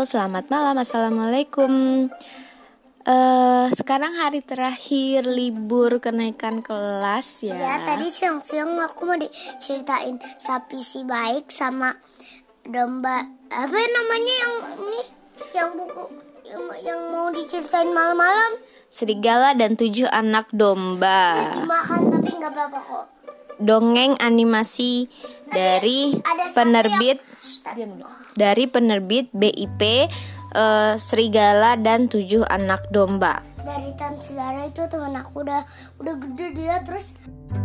Halo, selamat malam. Assalamualaikum. Sekarang hari terakhir libur kenaikan kelas ya. Ya, tadi siang-siang aku mau diceritain sapi si baik sama domba. Apa namanya yang ini? Yang buku yang mau diceritain malam-malam. Serigala dan 7 anak domba. Dimakan tapi nggak apa-apa kok. Dongeng animasi dari penerbit BIP, Serigala dan 7 anak domba. Dari Tante Zara itu teman aku udah gede dia terus.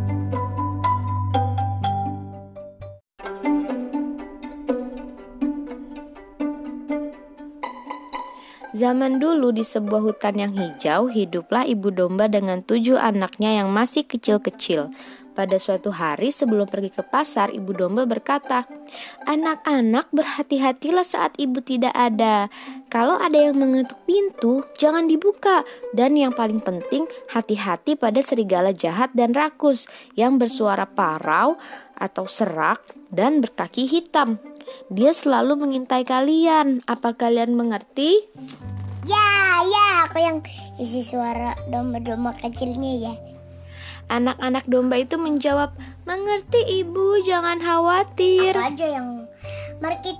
Zaman dulu di sebuah hutan yang hijau, hiduplah ibu domba dengan 7 anaknya yang masih kecil-kecil. Pada suatu hari sebelum pergi ke pasar, ibu domba berkata, "Anak-anak, berhati-hatilah saat ibu tidak ada. Kalau ada yang mengetuk pintu, jangan dibuka. Dan yang paling penting, hati-hati pada serigala jahat dan rakus yang bersuara parau atau serak dan berkaki hitam. Dia selalu mengintai kalian. Apa kalian mengerti?" Ya, aku yang isi suara domba-domba kecilnya ya. Anak-anak domba itu menjawab, "Mengerti ibu, jangan khawatir." Apa aja yang mengerti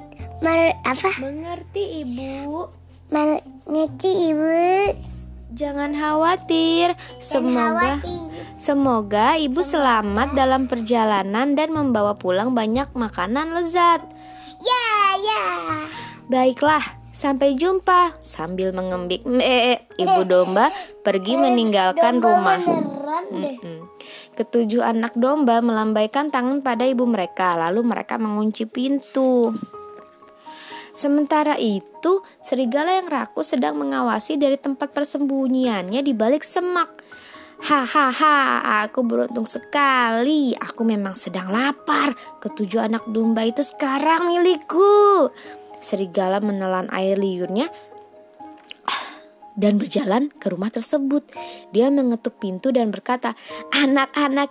ibu? Mengerti ibu. Jangan khawatir. Semoga ibu selamat dalam perjalanan dan membawa pulang banyak makanan lezat. Ya. Baiklah, sampai jumpa. Sambil mengembik ibu domba pergi meninggalkan rumah. Ketujuh anak domba melambaikan tangan pada ibu mereka, lalu mereka mengunci pintu. Sementara itu, serigala yang rakus sedang mengawasi dari tempat persembunyiannya di balik semak. Hahaha, aku beruntung sekali. Aku memang sedang lapar. Ketujuh anak domba itu sekarang milikku. Serigala menelan air liurnya dan berjalan ke rumah tersebut. Dia mengetuk pintu dan berkata, Anak-anak,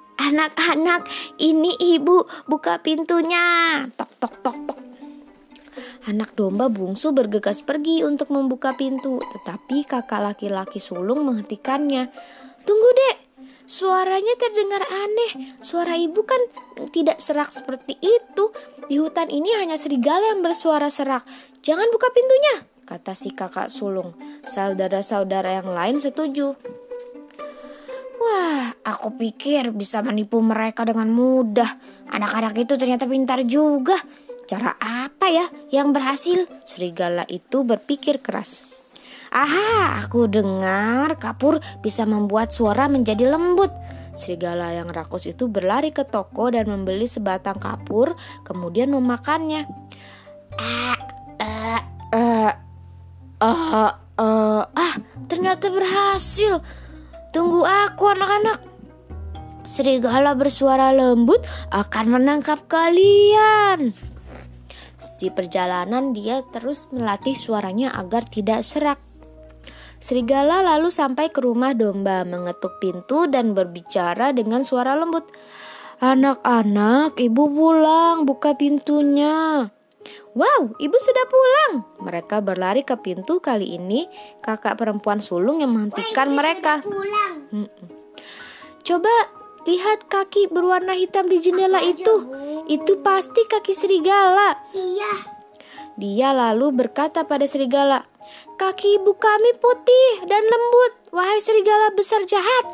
ini ibu, buka pintunya." Tok tok tok tok. Anak domba bungsu bergegas pergi untuk membuka pintu, tetapi kakak laki-laki sulung menghentikannya. "Tunggu, Dek. Suaranya terdengar aneh. Suara ibu kan tidak serak seperti itu. Di hutan ini hanya serigala yang bersuara serak. Jangan buka pintunya," kata si kakak sulung. Saudara-saudara yang lain setuju. "Wah, aku pikir bisa menipu mereka dengan mudah. Anak-anak itu ternyata pintar juga. Cara apa ya yang berhasil?" Serigala itu berpikir keras. "Aha, aku dengar kapur bisa membuat suara menjadi lembut." Serigala yang rakus itu berlari ke toko dan membeli sebatang kapur, kemudian memakannya. Ternyata berhasil. Tunggu aku, anak-anak. Serigala bersuara lembut akan menangkap kalian. Di perjalanan dia terus melatih suaranya agar tidak serak. Serigala lalu sampai ke rumah domba, mengetuk pintu dan berbicara dengan suara lembut. "Anak-anak, ibu pulang, buka pintunya." "Wow, ibu sudah pulang." Mereka berlari ke pintu. Kali ini kakak perempuan sulung yang menghentikan mereka. "Coba lihat kaki berwarna hitam di jendela itu. Itu pasti kaki serigala." Iya. Dia lalu berkata pada serigala, "Kaki ibu kami putih dan lembut, wahai serigala besar jahat."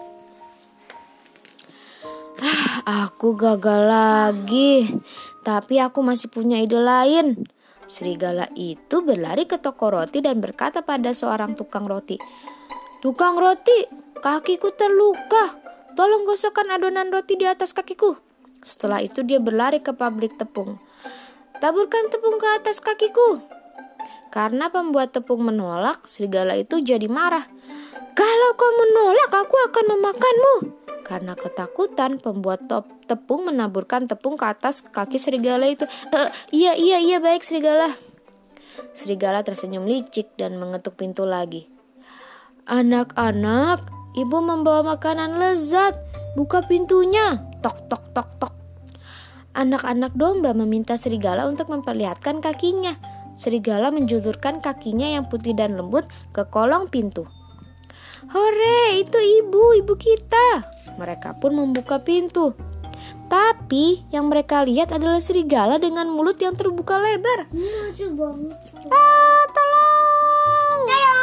Aku gagal lagi. Tapi aku masih punya ide lain. Serigala itu berlari ke toko roti dan berkata pada seorang tukang roti, "Tukang roti, kakiku terluka. Tolong gosokkan adonan roti di atas kakiku." Setelah itu dia berlari ke pabrik tepung. "Taburkan tepung ke atas kakiku." Karena pembuat tepung menolak, serigala itu jadi marah. "Kalau kau menolak, aku akan memakanmu." Karena ketakutan, pembuat tepung menaburkan tepung ke atas kaki serigala itu. Iya, baik serigala." Serigala tersenyum licik dan mengetuk pintu lagi. "Anak-anak, ibu membawa makanan lezat. Buka pintunya." Tok tok tok tok. Anak-anak domba meminta serigala untuk memperlihatkan kakinya. serigala menjulurkan kakinya yang putih dan lembut ke kolong pintu. "Hore, itu ibu kita." Mereka pun membuka pintu. Tapi yang mereka lihat adalah serigala dengan mulut yang terbuka lebar. Ini lucu banget. Tolong!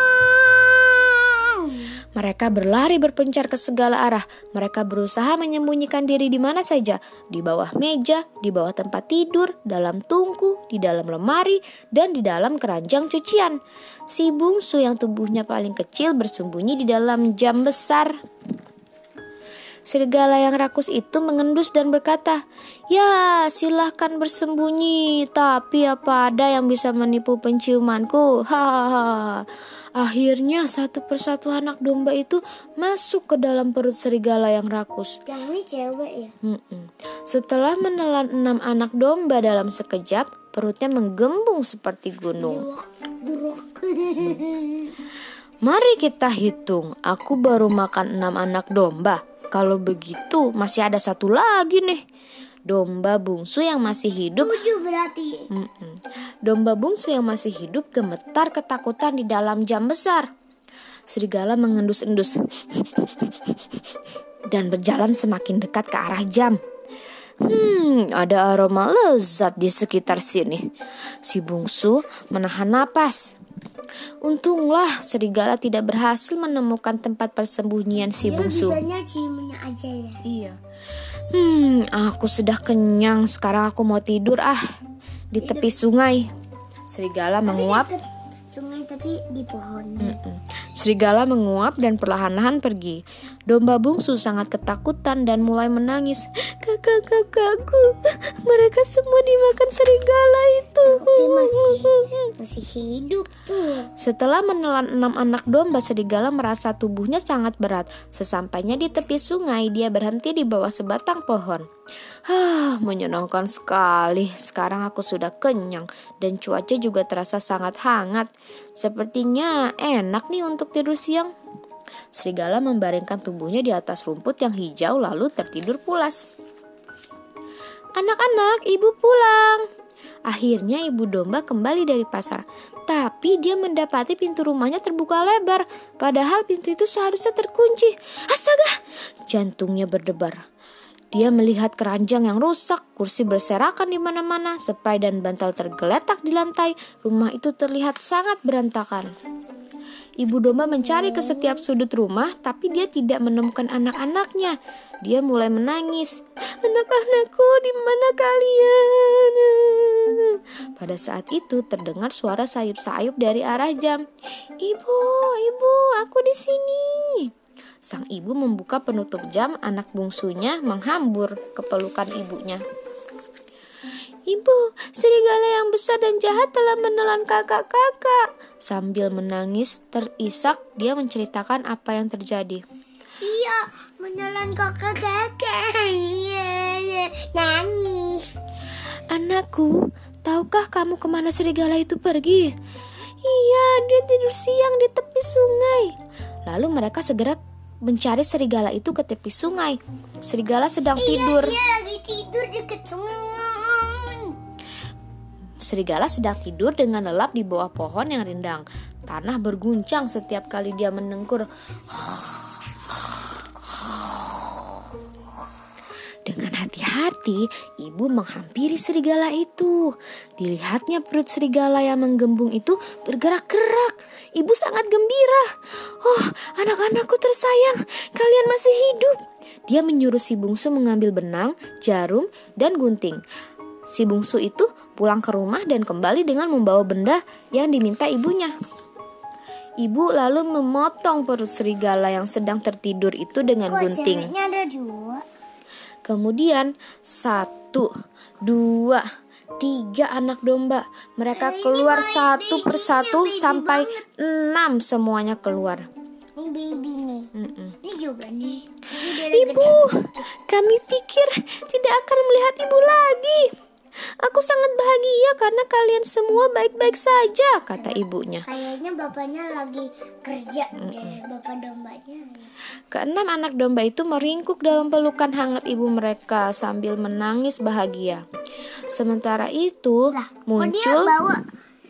Mereka berlari berpencar ke segala arah. Mereka berusaha menyembunyikan diri di mana saja. Di bawah meja, di bawah tempat tidur, dalam tungku, di dalam lemari, dan di dalam keranjang cucian. Si bungsu yang tubuhnya paling kecil bersembunyi di dalam jam besar. Serigala yang rakus itu mengendus dan berkata, "Ya, silahkan bersembunyi, tapi apa ada yang bisa menipu penciumanku?" Hahaha. Akhirnya satu persatu anak domba itu masuk ke dalam perut serigala yang rakus. Yang ini cewek ya? Setelah menelan 6 anak domba dalam sekejap, perutnya menggembung seperti gunung. "Mari kita hitung, aku baru makan 6 anak domba. Kalau begitu masih ada satu lagi nih." Domba bungsu yang masih hidup. 7 berarti. Domba bungsu yang masih hidup gemetar ketakutan di dalam jam besar. Serigala mengendus-endus dan berjalan semakin dekat ke arah jam. Ada aroma lezat di sekitar sini. Si bungsu menahan napas. Untunglah serigala tidak berhasil menemukan tempat persembunyian si bungsu. Bisanya ciumnya aja ya. Iya. Aku sudah kenyang. Sekarang aku mau tidur di tepi sungai. Serigala menguap. Deket sungai tapi di pohon. Serigala menguap dan perlahan-lahan pergi. Domba bungsu sangat ketakutan dan mulai menangis. "Kakak-kakakku, mereka semua dimakan serigala itu." Tapi masih hidup tuh. Setelah menelan 6 anak domba, serigala merasa tubuhnya sangat berat. Sesampainya di tepi sungai, dia berhenti di bawah sebatang pohon. Menyenangkan sekali. Sekarang aku sudah kenyang dan cuaca juga terasa sangat hangat. Sepertinya enak nih untuk tidur siang. Serigala membaringkan tubuhnya di atas rumput yang hijau lalu tertidur pulas. "Anak-anak, ibu pulang." Akhirnya ibu domba kembali dari pasar. Tapi dia mendapati pintu rumahnya terbuka lebar. Padahal pintu itu seharusnya terkunci. Astaga! Jantungnya berdebar. Dia melihat keranjang yang rusak, kursi berserakan di mana-mana, spray dan bantal tergeletak di lantai. Rumah itu terlihat sangat berantakan. Ibu domba mencari ke setiap sudut rumah, tapi dia tidak menemukan anak-anaknya. Dia mulai menangis. "Anak-anakku, di mana kalian?" Pada saat itu terdengar suara sayup-sayup dari arah jam. Ibu, aku di sini." Sang ibu membuka penutup jam, anak bungsunya menghambur ke pelukan ibunya. "Ibu, serigala yang besar dan jahat telah menelan kakak-kakak." Sambil menangis terisak, dia menceritakan apa yang terjadi. "Iya, menelan kakak-kakak." Iya, nangis. "Anakku, tahukah kamu kemana serigala itu pergi?" "Iya, dia tidur siang di tepi sungai." Lalu mereka segera mencari serigala itu ke tepi sungai. Serigala sedang tidur. Dia lagi tidur dekat sungai. Serigala sedang tidur dengan lelap di bawah pohon yang rindang. Tanah berguncang setiap kali dia menengkur. Dengan hati-hati, ibu menghampiri serigala itu. Dilihatnya perut serigala yang menggembung itu bergerak-gerak. Ibu sangat gembira. "Oh, anak-anakku tersayang, kalian masih hidup." Dia menyuruh si bungsu mengambil benang, jarum, dan gunting. Si bungsu itu pulang ke rumah dan kembali dengan membawa benda yang diminta ibunya. Ibu lalu memotong perut serigala yang sedang tertidur itu dengan gunting. Ceweknya ada 2. Kemudian 1, 2, 3 anak domba. Mereka keluar satu persatu sampai 6 semuanya keluar. Ini baby nih. Ini juga nih. "Ibu, kami pikir tidak akan melihat ibu lagi. Aku sangat bahagia karena kalian semua baik-baik saja," kata ibunya. Kayaknya bapaknya lagi kerja deh, bapak dombanya. Keenam anak domba itu meringkuk dalam pelukan hangat ibu mereka sambil menangis bahagia. Sementara itu Dia muncul bawa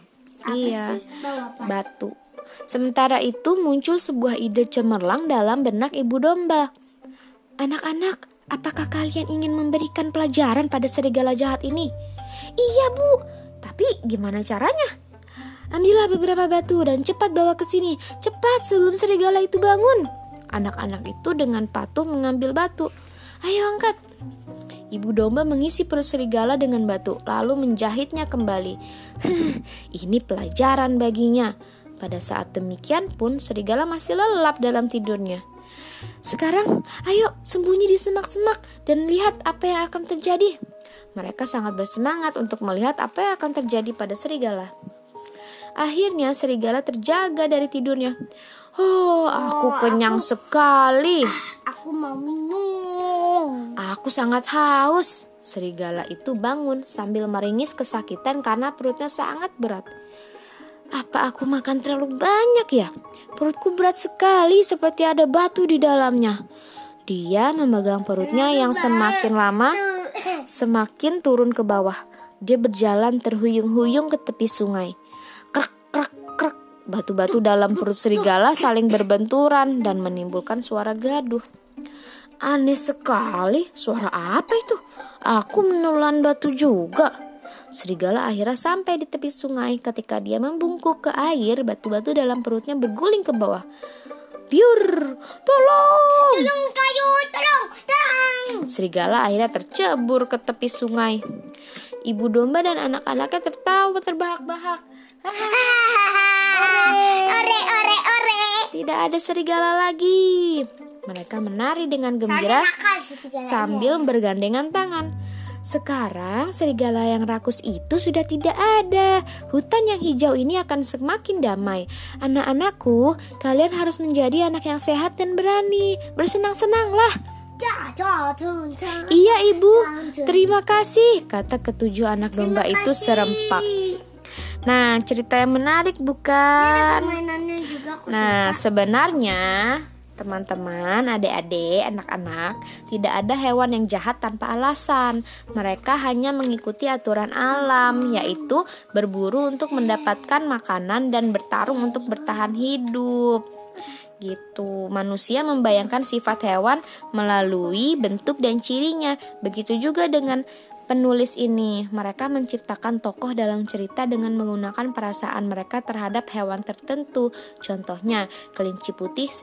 Iya, Bawa apa? batu. Sementara itu muncul sebuah ide cemerlang dalam benak ibu domba. Anak-anak, apakah kalian ingin memberikan pelajaran pada serigala jahat ini? Iya, Bu. Tapi gimana caranya? Ambillah beberapa batu dan cepat bawa ke sini. Cepat sebelum serigala itu bangun. Anak-anak itu dengan patuh mengambil batu. Ayo angkat. Ibu domba mengisi perut serigala dengan batu, lalu menjahitnya kembali. Ini pelajaran baginya. Pada saat demikian pun serigala masih lelap dalam tidurnya. Sekarang, ayo sembunyi di semak-semak dan lihat apa yang akan terjadi. Mereka sangat bersemangat untuk melihat apa yang akan terjadi pada serigala. Akhirnya serigala terjaga dari tidurnya. Oh, aku kenyang sekali. Aku mau minum. Aku sangat haus. Serigala itu bangun sambil meringis kesakitan karena perutnya sangat berat. Apa aku makan terlalu banyak ya? Perutku berat sekali seperti ada batu di dalamnya. Dia memegang perutnya yang semakin lama semakin turun ke bawah. Dia berjalan terhuyung-huyung ke tepi sungai. Krek, krek, krek. Batu-batu dalam perut serigala saling berbenturan dan menimbulkan suara gaduh. Aneh sekali, suara apa itu? Aku menelan batu juga. Serigala akhirnya sampai di tepi sungai. Ketika dia membungkuk ke air, batu-batu dalam perutnya berguling ke bawah. Biur, tolong! Tolong kayu, tolong. Serigala akhirnya tercebur ke tepi sungai. Ibu domba dan anak-anaknya tertawa terbahak-bahak. Ore, ore, ore. Tidak ada serigala lagi. Mereka menari dengan gembira sambil bergandengan tangan. Sekarang serigala yang rakus itu sudah tidak ada. Hutan yang hijau ini akan semakin damai. Anak-anakku, kalian harus menjadi anak yang sehat dan berani. Bersenang-senanglah. Iya ibu, terima kasih, kata ketujuh anak domba itu serempak. Nah, cerita yang menarik bukan? Mainannya juga aku Nah, sebenarnya teman-teman, adik-adik, anak-anak, tidak ada hewan yang jahat tanpa alasan. Mereka hanya mengikuti aturan alam, yaitu berburu untuk mendapatkan makanan dan bertarung untuk bertahan hidup. Gitu. Manusia membayangkan sifat hewan melalui bentuk dan cirinya. Begitu juga dengan penulis ini. Mereka menciptakan tokoh dalam cerita dengan menggunakan perasaan mereka terhadap hewan tertentu. Contohnya, kelinci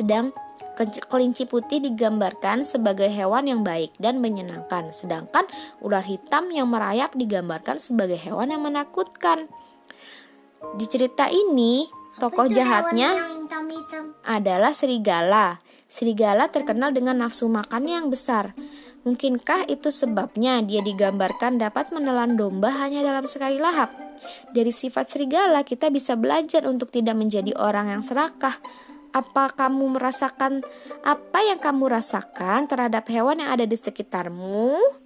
putih digambarkan sebagai hewan yang baik dan menyenangkan, sedangkan ular hitam yang merayap digambarkan sebagai hewan yang menakutkan. Di cerita ini, tokoh jahatnya adalah serigala. Serigala terkenal dengan nafsu makannya yang besar. Mungkinkah itu sebabnya dia digambarkan dapat menelan domba hanya dalam sekali lahap? Dari sifat serigala kita bisa belajar untuk tidak menjadi orang yang serakah. Apa yang kamu rasakan terhadap hewan yang ada di sekitarmu?